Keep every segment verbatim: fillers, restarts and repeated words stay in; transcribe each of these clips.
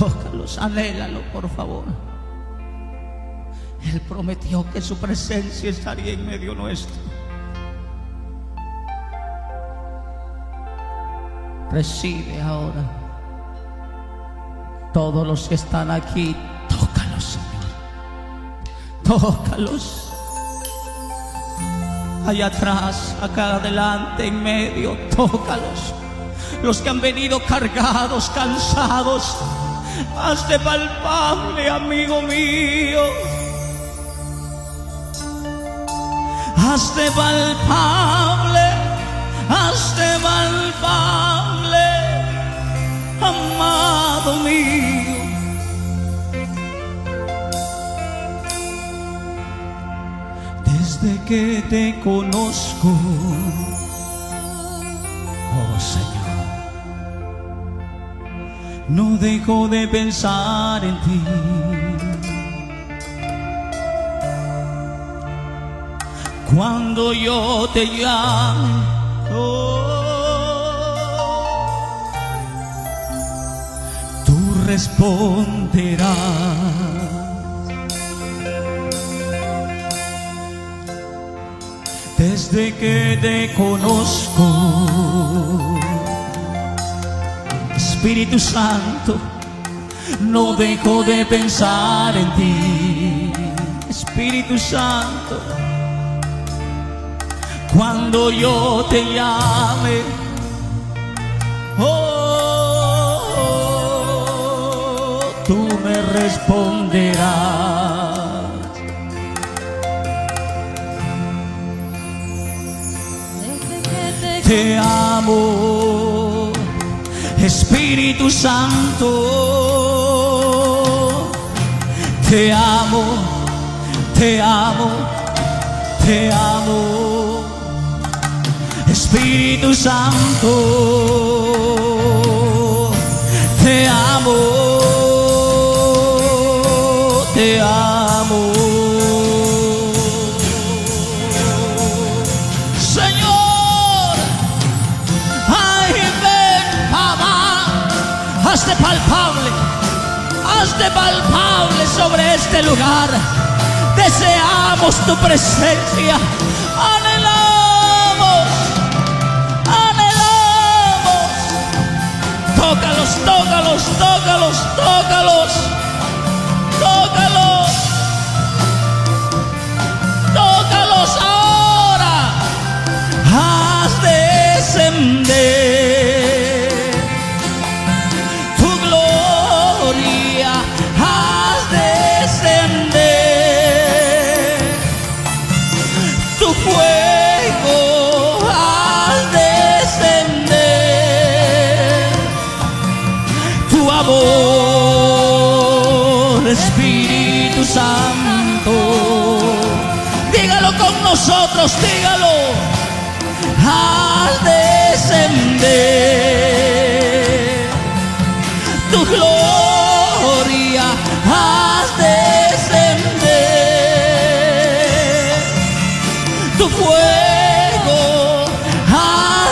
Tócalos, anhélalo, por favor. Él prometió que su presencia estaría en medio nuestro. Recibe ahora. Todos los que están aquí, tócalos, Señor. Tócalos. Allá atrás, acá adelante, en medio, tócalos. Los que han venido cargados, cansados, hazte palpable, amigo mío. Hazte palpable, hazte palpable, amado mío. Desde que te conozco, oh Señor, no dejo de pensar en ti. Cuando yo te llame, oh, tú responderás. Desde que te conozco, Espíritu Santo, no dejo de pensar en ti. Espíritu Santo, cuando yo te llame, oh, tú me responderás. Te amo, Espíritu Santo. Te amo, te amo, te amo, Espíritu Santo. Te amo, te amo. Hazte palpable, hazte palpable sobre este lugar. Deseamos tu presencia, anhelamos, anhelamos. Tócalos, tócalos, tócalos, tócalos, tócalos, tócalos ahora. Haz descender fuego, al descender tu amor, Espíritu Santo. Dígalo con nosotros, dígalo. Al descender tu gloria, al descender tu fuego, ha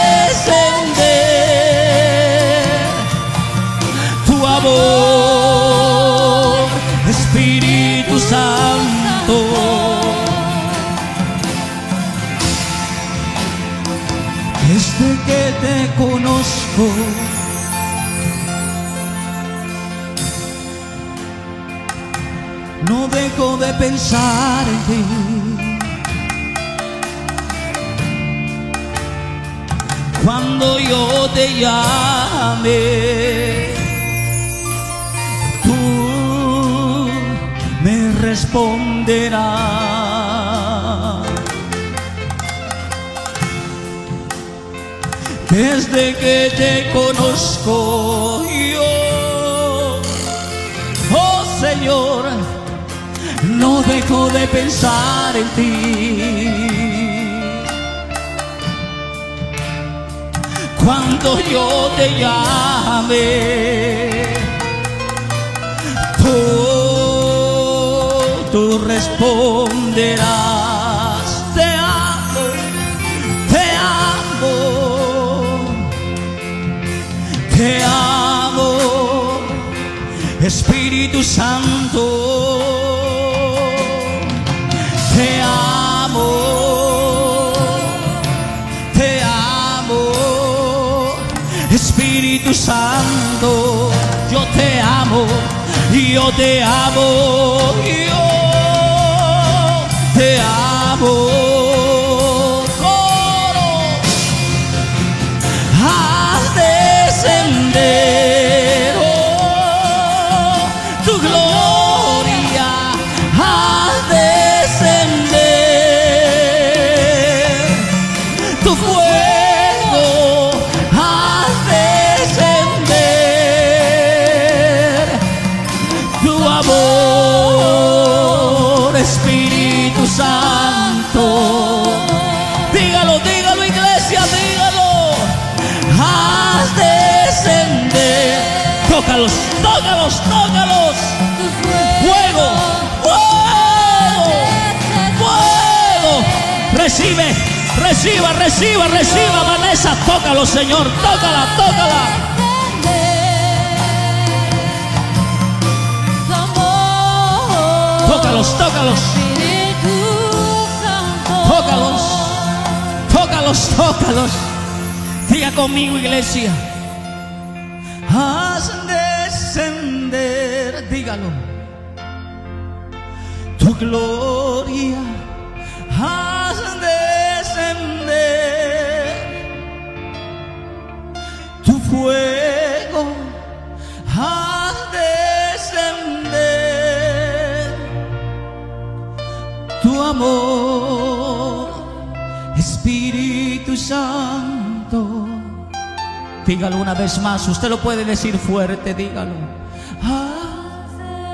descender tu amor, Espíritu Santo. Desde que te conozco, no dejo de pensar en ti. Cuando yo te llame, tú me responderás. Desde que te conozco yo, oh Señor, no dejo de pensar en ti. Cuando yo te llame, tú, tú responderás. Te amo, te amo, te amo, Espíritu Santo, te amo, te amo. Espíritu Santo, yo te amo, yo te amo, yo te amo. Coro, haz descender oh, tu gloria, haz descender tu fuego, haz descender tu amor, Espíritu Santo. Dígalo, dígalo, iglesia, dígalo. Haz descender. Tócalos, tócalos, tócalos. Fuego, fuego, fuego. Recibe, reciba, reciba, reciba, Vanessa. Tócalo, Señor, tócala, tócala. Tócalos, tócalos. Tócalos, tócalos, tócalos. Diga conmigo, iglesia. Haz descender, dígalo, tu gloria, haz descender tu fuego, haz descender tu amor, Espíritu Santo. Dígalo una vez más, usted lo puede decir fuerte, dígalo. Ah,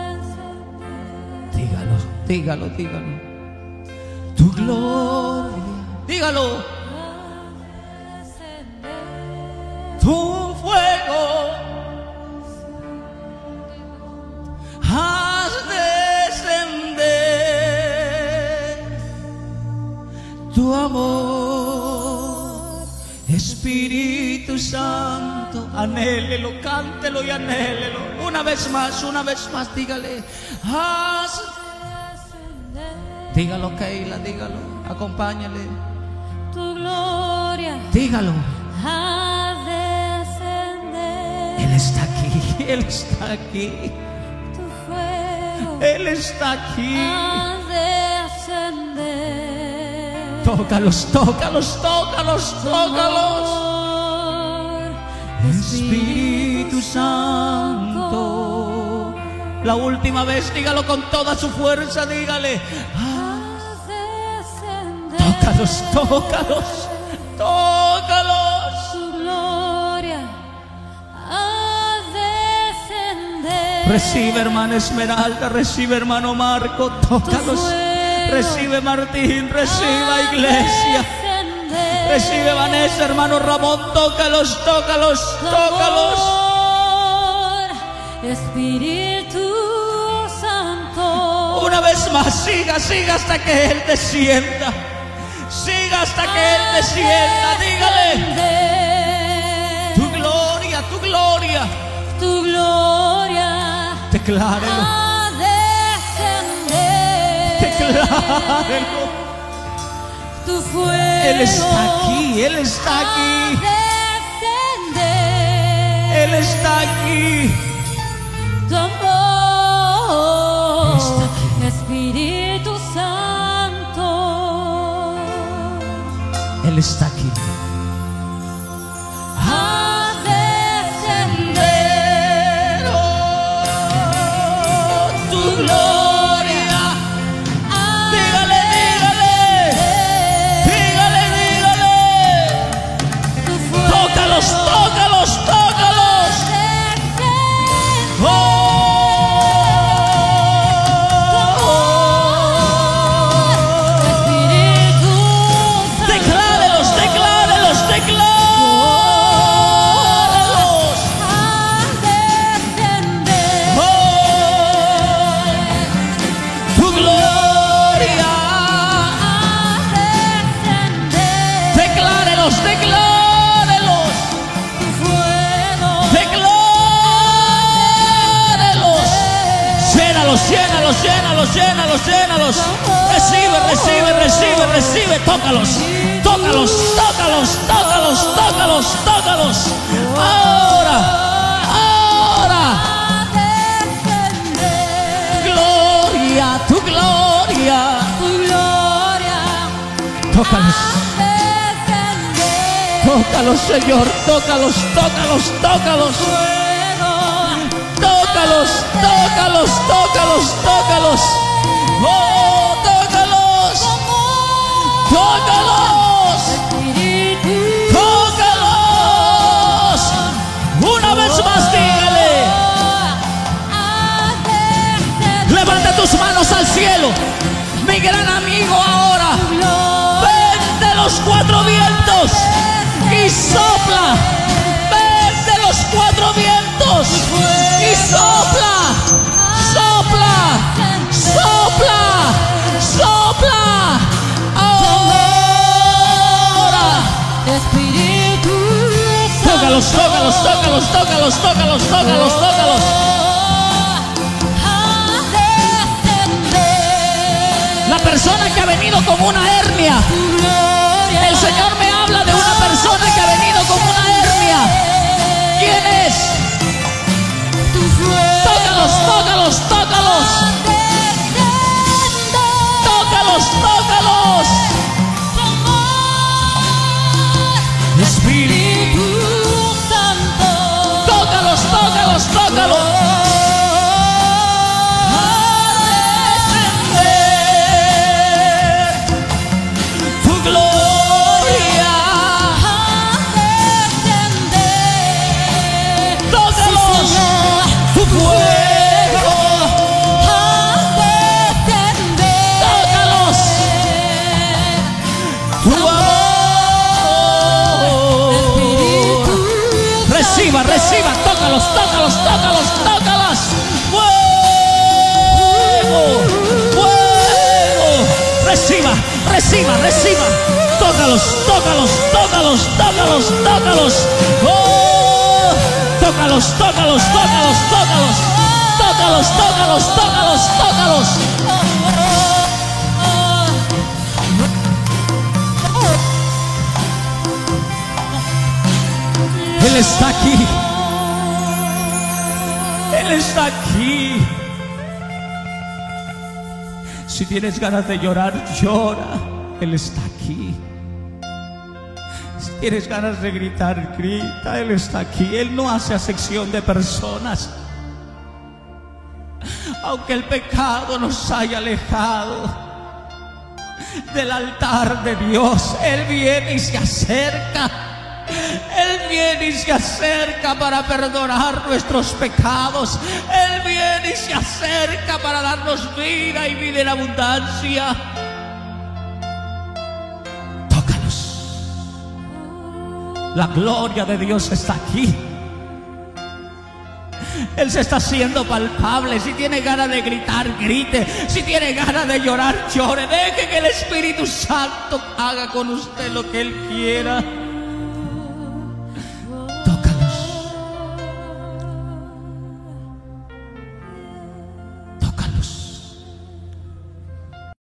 dígalo, dígalo, dígalo. Tu gloria, dígalo. Tu fuego, haz descender tu amor, Espíritu Santo. Anhélelo, cántelo y anhélelo. Una vez más, una vez más, dígale. Haz. Dígalo, Keila, dígalo. Acompáñale. Tu gloria. Dígalo. Haz descender. Él está aquí, Él está aquí. Tu fuego. Él está aquí. Haz descender. Tócalos, tócalos, tócalos, tócalos. Espíritu Santo. La última vez, dígalo con toda su fuerza, dígale. Haz descender. Tócalos, tócalos, tócalos. Tu gloria. Haz descender. Recibe, hermana Esmeralda, recibe, hermano Marco, tócalos. Recibe, Martín, reciba, iglesia. Recibe, Vanessa, hermano Ramón, tócalos, tócalos, tócalos. Espíritu Santo. Una vez más, siga, siga hasta que Él descienda. Siga hasta que Él descienda, dígale. Tu gloria, tu gloria. Tu gloria. Declárelo. A descender. Declárelo. Tu fuego. Él está aquí, Él está aquí. Él está aquí. Tu amor, Espíritu Santo. Él está aquí. A descender oh, tu gloria. Dígale, dígale. Dígale, dígale. Tu fuego. Tócalos, tócalos, tócalos. Oh, Espíritu Santo. declárelos, declárelos. llénalos, llénalos, llénalos. Recibe, recibe, recibe, recibe. Tócalos, tócalos, tócalos, tócalos, tócalos, tócalos. Ahora, ahora. Gloria, tu gloria. Tu gloria Tócalos, descender. tócalos, Señor. Tócalos, tócalos, tócalos. Tócalos, tócalos, tócalos, tócalos. Oh, tócalos. Tócalos. Tócalos. Una vez más, dígale. Levanta tus manos al cielo. Mi gran amigo ahora. Ven de los cuatro vientos y sopla. Ven de los cuatro vientos y sopla. Sopla. Sopla. Sopla. Ahora. Espíritu Tócalos, tócalos, tócalos, tócalos, tócalos, tócalos, tócalos. La persona que ha venido con una hernia. El Señor me habla de una persona que ha venido con una hernia. ¿Quién es? Tócalos, tócalos, tócalos. Tócalos, tócalos. Espíritu Santo. Tócalos, tócalos, tócalos. Tu gloria. Tócalos. Tu fuego. Tócalos. Tu amor. Reciba, reciba. Tócalos, tócalos, tócalos, tócalos. Fuego. Fuego. Reciba, reciba, reciba. Tócalos, tócalos, tócalos, tócalos, tócalos. Oh, tócalos, tócalos, tócalos, tócalos. Tócalos, tócalos, tócalos, tócalos. Él está aquí. Él está aquí. Si tienes ganas de llorar, llora. Él está aquí. Si tienes ganas de gritar, grita. Él está aquí. Él no hace acepción de personas. Aunque el pecado nos haya alejado del altar de Dios, Él viene y se acerca. Él viene y se acerca para perdonar nuestros pecados. Él viene y se acerca para darnos vida y vida en abundancia. Tócalos. La gloria de Dios está aquí. Él se está haciendo palpable. Si tiene ganas de gritar, grite. Si tiene ganas de llorar, llore. Deje que el Espíritu Santo haga con usted lo que Él quiera.